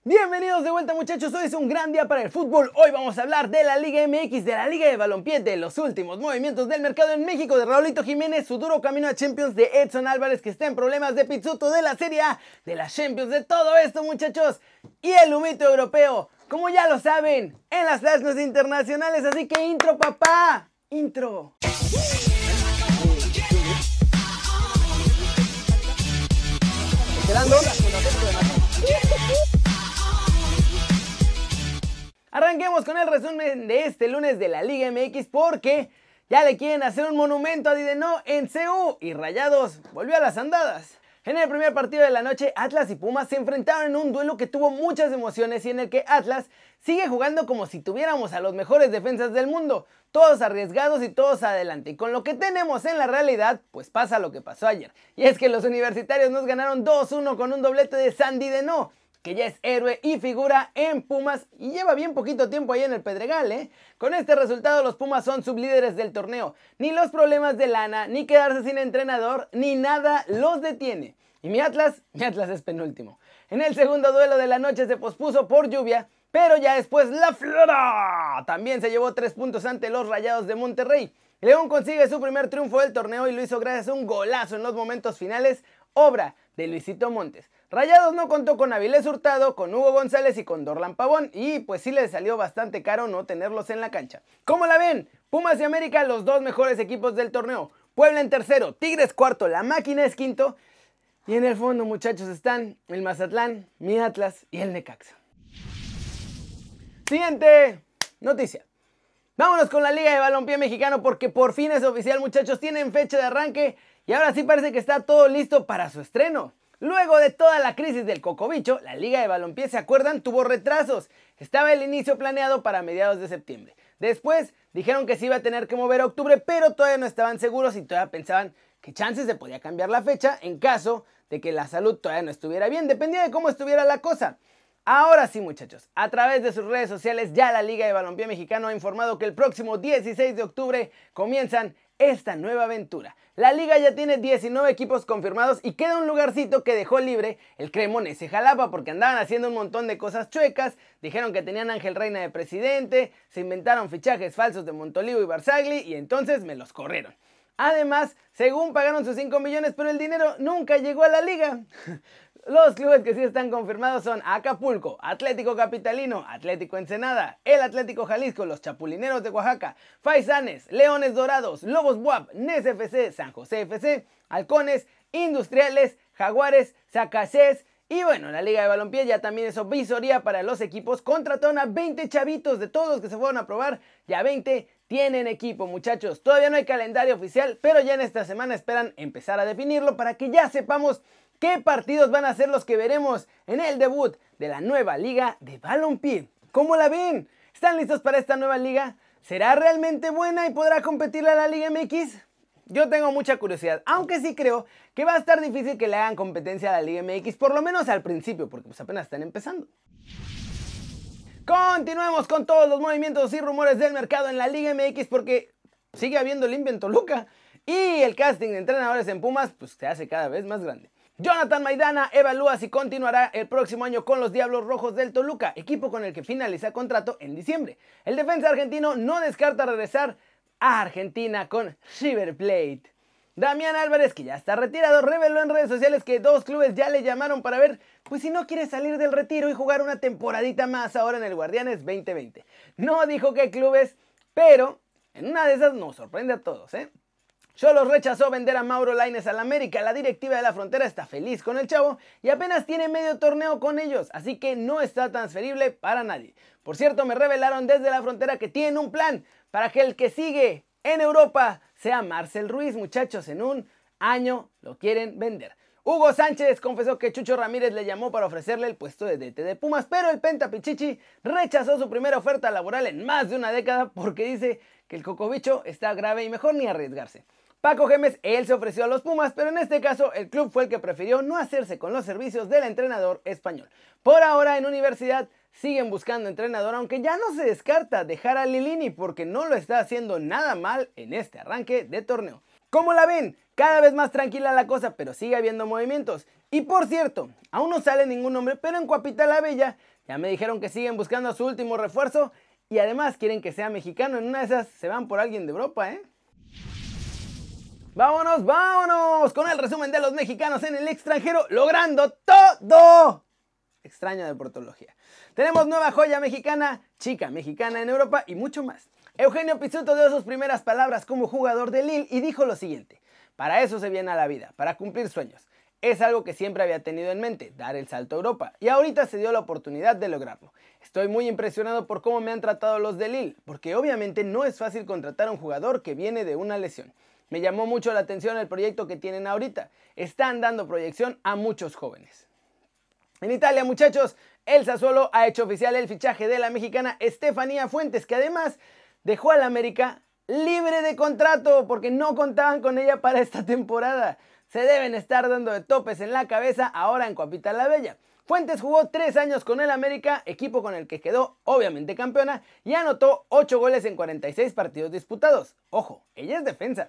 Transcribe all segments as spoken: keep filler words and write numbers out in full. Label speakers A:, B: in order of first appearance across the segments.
A: Bienvenidos de vuelta, muchachos, hoy es un gran día para el fútbol. Hoy vamos a hablar de la Liga M X, de la Liga de Balompié, de los últimos movimientos del mercado en México, de Raulito Jiménez, su duro camino a Champions, de Edson Álvarez que está en problemas, de Pizzuto, de la Serie A, de la Champions, de todo esto, muchachos. Y el humito europeo, como ya lo saben, en las flash news internacionales, así que intro, papá, intro. Arranquemos con el resumen de este lunes de la Liga M X porque ya le quieren hacer un monumento a Dideno en C U y Rayados volvió a las andadas. En el primer partido de la noche, Atlas y Pumas se enfrentaron en un duelo que tuvo muchas emociones y en el que Atlas sigue jugando como si tuviéramos a los mejores defensas del mundo, todos arriesgados y todos adelante. Y con lo que tenemos en la realidad, pues pasa lo que pasó ayer. Y es que los universitarios nos ganaron dos uno con un doblete de Sandy Dideno, que ya es héroe y figura en Pumas y lleva bien poquito tiempo ahí en el Pedregal, ¿eh? Con este resultado los Pumas son sublíderes del torneo. Ni los problemas de lana, ni quedarse sin entrenador, ni nada los detiene. Y mi Atlas, mi Atlas es penúltimo. En el segundo duelo de la noche se pospuso por lluvia, pero ya después la Flora también se llevó tres puntos ante los Rayados de Monterrey. León consigue su primer triunfo del torneo y lo hizo gracias a un golazo en los momentos finales, obra de Luisito Montes. Rayados no contó con Avilés Hurtado, con Hugo González y con Dorlan Pavón y pues sí les salió bastante caro no tenerlos en la cancha. ¿Cómo la ven? Pumas y América los dos mejores equipos del torneo. Puebla en tercero, Tigres cuarto, la Máquina es quinto. Y en el fondo, muchachos, están el Mazatlán, mi Atlas y el Necaxa. Siguiente noticia. Vámonos con la Liga de Balompié Mexicano porque por fin es oficial, muchachos, tienen fecha de arranque y ahora sí parece que está todo listo para su estreno. Luego de toda la crisis del Cocobicho, la Liga de Balompié, ¿se acuerdan? Tuvo retrasos. Estaba el inicio planeado para mediados de septiembre. Después dijeron que se iba a tener que mover a octubre, pero todavía no estaban seguros y todavía pensaban que chances se podía cambiar la fecha en caso de que la salud todavía no estuviera bien. Dependía de cómo estuviera la cosa. Ahora sí, muchachos, a través de sus redes sociales ya la Liga de Balompié Mexicano ha informado que el próximo dieciséis de octubre comienzan esta nueva aventura. La liga ya tiene diecinueve equipos confirmados y queda un lugarcito que dejó libre el Cremonese Jalapa porque andaban haciendo un montón de cosas chuecas, dijeron que tenían a Ángel Reina de presidente, se inventaron fichajes falsos de Montolivo y Barzagli y entonces me los corrieron. Además, según pagaron sus cinco millones, pero el dinero nunca llegó a la liga. Los clubes que sí están confirmados son Acapulco, Atlético Capitalino, Atlético Ensenada, el Atlético Jalisco, los Chapulineros de Oaxaca, Faisanes, Leones Dorados, Lobos B U A P, N E S F C, San José F C, Halcones, Industriales, Jaguares, Zacacés. Y bueno, la Liga de Balompié ya también es visoría para los equipos. Contrataron a veinte chavitos de todos los que se fueron a probar. Ya veinte tienen equipo, muchachos. Todavía no hay calendario oficial, pero ya en esta semana esperan empezar a definirlo para que ya sepamos qué partidos van a ser los que veremos en el debut de la nueva Liga de Balompié. ¿Cómo la ven? ¿Están listos para esta nueva liga? ¿Será realmente buena y podrá competirle a la Liga M X? Yo tengo mucha curiosidad, aunque sí creo que va a estar difícil que le hagan competencia a la Liga M X, por lo menos al principio, porque pues apenas están empezando. Continuemos con todos los movimientos y rumores del mercado en la Liga M X porque sigue habiendo limpia en Toluca y el casting de entrenadores en Pumas pues se hace cada vez más grande. Jonathan Maidana evalúa si continuará el próximo año con los Diablos Rojos del Toluca, equipo con el que finaliza contrato en diciembre. El defensa argentino no descarta regresar a Argentina con River Plate. Damián Álvarez, que ya está retirado, reveló en redes sociales que dos clubes ya le llamaron para ver pues si no quiere salir del retiro y jugar una temporadita más ahora en el Guardianes veinte veinte. No dijo qué clubes, pero en una de esas nos sorprende a todos, ¿eh? Xolos rechazó vender a Mauro Lainez al América. La directiva de la Frontera está feliz con el chavo y apenas tiene medio torneo con ellos, así que no está transferible para nadie. Por cierto, me revelaron desde la Frontera que tienen un plan para que el que sigue en Europa sea Marcel Ruiz, muchachos, en un año lo quieren vender. Hugo Sánchez confesó que Chucho Ramírez le llamó para ofrecerle el puesto de D T de Pumas, pero el Penta Pichichi rechazó su primera oferta laboral en más de una década porque dice que el Cocobicho está grave y mejor ni arriesgarse. Paco Gémez, él se ofreció a los Pumas, pero en este caso el club fue el que prefirió no hacerse con los servicios del entrenador español. Por ahora en Universidad siguen buscando entrenador, aunque ya no se descarta dejar a Lilini porque no lo está haciendo nada mal en este arranque de torneo. ¿Cómo la ven? Cada vez más tranquila la cosa, pero sigue habiendo movimientos. Y por cierto, aún no sale ningún nombre, pero en Cuapita la Bella ya me dijeron que siguen buscando a su último refuerzo y además quieren que sea mexicano. En una de esas se van por alguien de Europa, ¿eh? ¡Vámonos, vámonos! Con el resumen de los mexicanos en el extranjero, logrando todo. Extraño de portología. Tenemos nueva joya mexicana, chica mexicana en Europa y mucho más. Eugenio Pizzuto dio sus primeras palabras como jugador de Lille y dijo lo siguiente: para eso se viene a la vida, para cumplir sueños. Es algo que siempre había tenido en mente, dar el salto a Europa, y ahorita se dio la oportunidad de lograrlo. Estoy muy impresionado por cómo me han tratado los de Lille, porque obviamente no es fácil contratar a un jugador que viene de una lesión. Me llamó mucho la atención el proyecto que tienen ahorita. Están dando proyección a muchos jóvenes. En Italia, muchachos, el Sassuolo ha hecho oficial el fichaje de la mexicana Estefanía Fuentes, que además dejó al América libre de contrato porque no contaban con ella para esta temporada. Se deben estar dando de topes en la cabeza ahora en Cuapita la Bella. Fuentes jugó tres años con el América, equipo con el que quedó obviamente campeona, y anotó ocho goles en cuarenta y seis partidos disputados. Ojo, ella es defensa.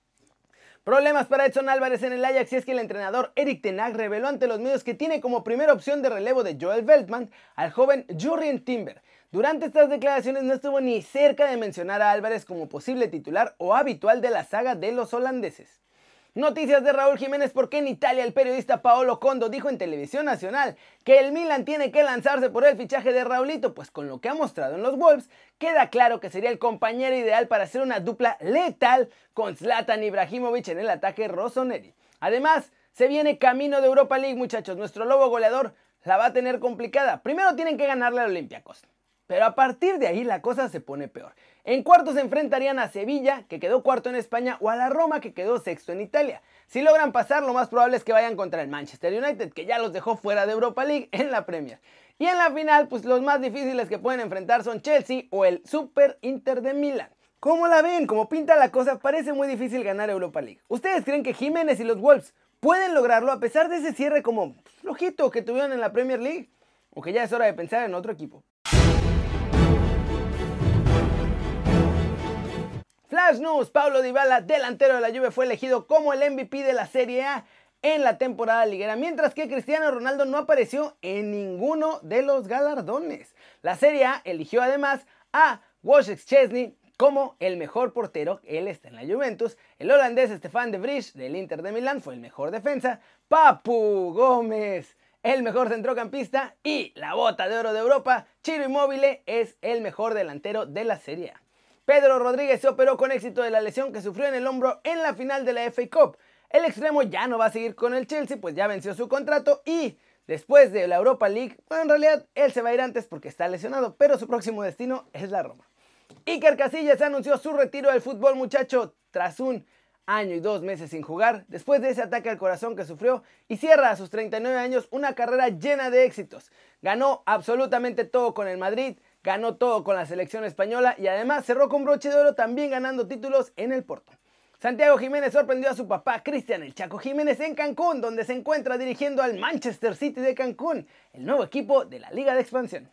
A: Problemas para Edson Álvarez en el Ajax, y es que el entrenador Erik ten Hag reveló ante los medios que tiene como primera opción de relevo de Joel Veltman al joven Jurrien Timber. Durante estas declaraciones no estuvo ni cerca de mencionar a Álvarez como posible titular o habitual de la saga de los holandeses. Noticias de Raúl Jiménez, porque en Italia el periodista Paolo Condo dijo en Televisión Nacional que el Milan tiene que lanzarse por el fichaje de Raulito, pues con lo que ha mostrado en los Wolves, queda claro que sería el compañero ideal para hacer una dupla letal con Zlatan Ibrahimovic en el ataque rossoneri. Además, se viene camino de Europa League, muchachos. Nuestro lobo goleador la va a tener complicada. Primero tienen que ganarle al Olympiacos, pero a partir de ahí la cosa se pone peor. En cuartos se enfrentarían a Sevilla, que quedó cuarto en España, o a la Roma, que quedó sexto en Italia. Si logran pasar, lo más probable es que vayan contra el Manchester United, que ya los dejó fuera de Europa League en la Premier. Y en la final, pues los más difíciles que pueden enfrentar son Chelsea o el Super Inter de Milán. ¿Cómo la ven? Como pinta la cosa, parece muy difícil ganar Europa League. ¿Ustedes creen que Jiménez y los Wolves pueden lograrlo a pesar de ese cierre como flojito que tuvieron en la Premier League? ¿O que ya es hora de pensar en otro equipo? Flash News: Paulo Dybala, delantero de la Juve, fue elegido como el M V P de la Serie A en la temporada liguera, mientras que Cristiano Ronaldo no apareció en ninguno de los galardones. La Serie A eligió además a Wojciech Szczesny como el mejor portero, él está en la Juventus. El holandés Stefan de Vrij del Inter de Milán fue el mejor defensa. Papu Gómez, el mejor centrocampista, y la bota de oro de Europa, Ciro Immobile, es el mejor delantero de la Serie A. Pedro Rodríguez se operó con éxito de la lesión que sufrió en el hombro en la final de la F A Cup. El extremo ya no va a seguir con el Chelsea, pues ya venció su contrato, y después de la Europa League, bueno, en realidad él se va a ir antes porque está lesionado, pero su próximo destino es la Roma. Iker Casillas anunció su retiro del fútbol, muchacho, tras un año y dos meses sin jugar, después de ese ataque al corazón que sufrió, y cierra a sus treinta y nueve años una carrera llena de éxitos. Ganó absolutamente todo con el Madrid, ganó todo con la selección española y además cerró con broche de oro, también ganando títulos en el Porto. Santiago Jiménez sorprendió a su papá Cristian El Chaco Jiménez en Cancún, donde se encuentra dirigiendo al Manchester City de Cancún, el nuevo equipo de la Liga de Expansión.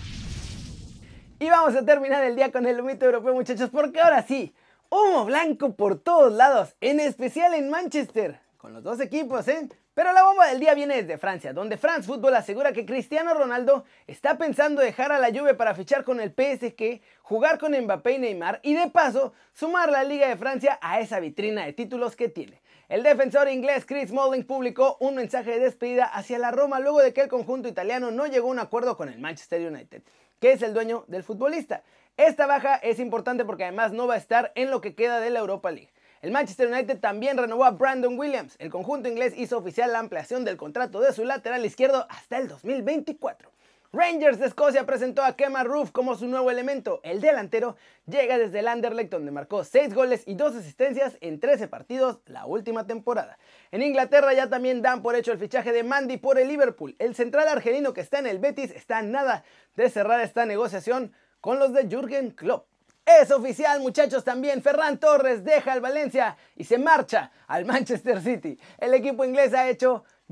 A: Y vamos a terminar el día con el humito europeo, muchachos, porque ahora sí, humo blanco por todos lados, en especial en Manchester, con los dos equipos, ¿eh? Pero la bomba del día viene desde Francia, donde France Football asegura que Cristiano Ronaldo está pensando dejar a la Juve para fichar con el P S G, jugar con Mbappé y Neymar, y de paso sumar la Liga de Francia a esa vitrina de títulos que tiene. El defensor inglés Chris Smalling publicó un mensaje de despedida hacia la Roma luego de que el conjunto italiano no llegó a un acuerdo con el Manchester United, que es el dueño del futbolista. Esta baja es importante porque además no va a estar en lo que queda de la Europa League. El Manchester United también renovó a Brandon Williams. El conjunto inglés hizo oficial la ampliación del contrato de su lateral izquierdo hasta el dos mil veinticuatro. Rangers de Escocia presentó a Kemar Roofe como su nuevo elemento. El delantero llega desde el Anderlecht, donde marcó seis goles y dos asistencias en trece partidos la última temporada. En Inglaterra ya también dan por hecho el fichaje de Mandy por el Liverpool. El central argelino que está en el Betis está a nada de cerrar esta negociación con los de Jürgen Klopp. Es oficial, muchachos, también Ferran Torres deja el Valencia y se marcha al Manchester City. El equipo inglés ha hecho ya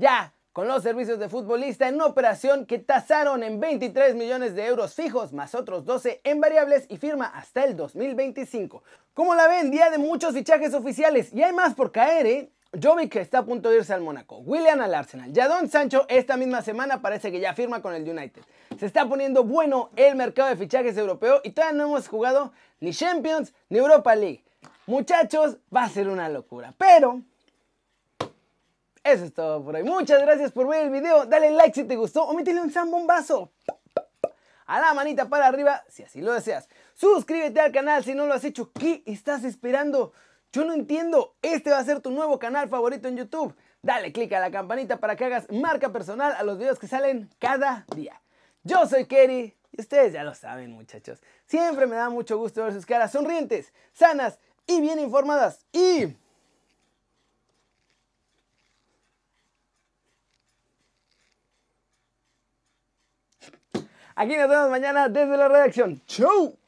A: con los servicios de futbolista en operación que tasaron en veintitrés millones de euros fijos más otros doce en variables y firma hasta el dos mil veinticinco. Como la ven, día de muchos fichajes oficiales y hay más por caer, ¿eh? Jovic está a punto de irse al Mónaco, Willian al Arsenal, Jadon Sancho esta misma semana parece que ya firma con el United. Se está poniendo bueno el mercado de fichajes europeo y todavía no hemos jugado ni Champions ni Europa League. Muchachos, va a ser una locura, pero eso es todo por hoy. Muchas gracias por ver el video, dale like si te gustó o métele un zambombazo a la manita para arriba si así lo deseas. Suscríbete al canal si no lo has hecho. ¿Qué estás esperando? Yo no entiendo. Este va a ser tu nuevo canal favorito en YouTube. Dale click a la campanita para que hagas marca personal a los videos que salen cada día. Yo soy Kerry y ustedes ya lo saben, muchachos. Siempre me da mucho gusto ver sus caras sonrientes, sanas y bien informadas. Y aquí nos vemos mañana desde la redacción. ¡Chau!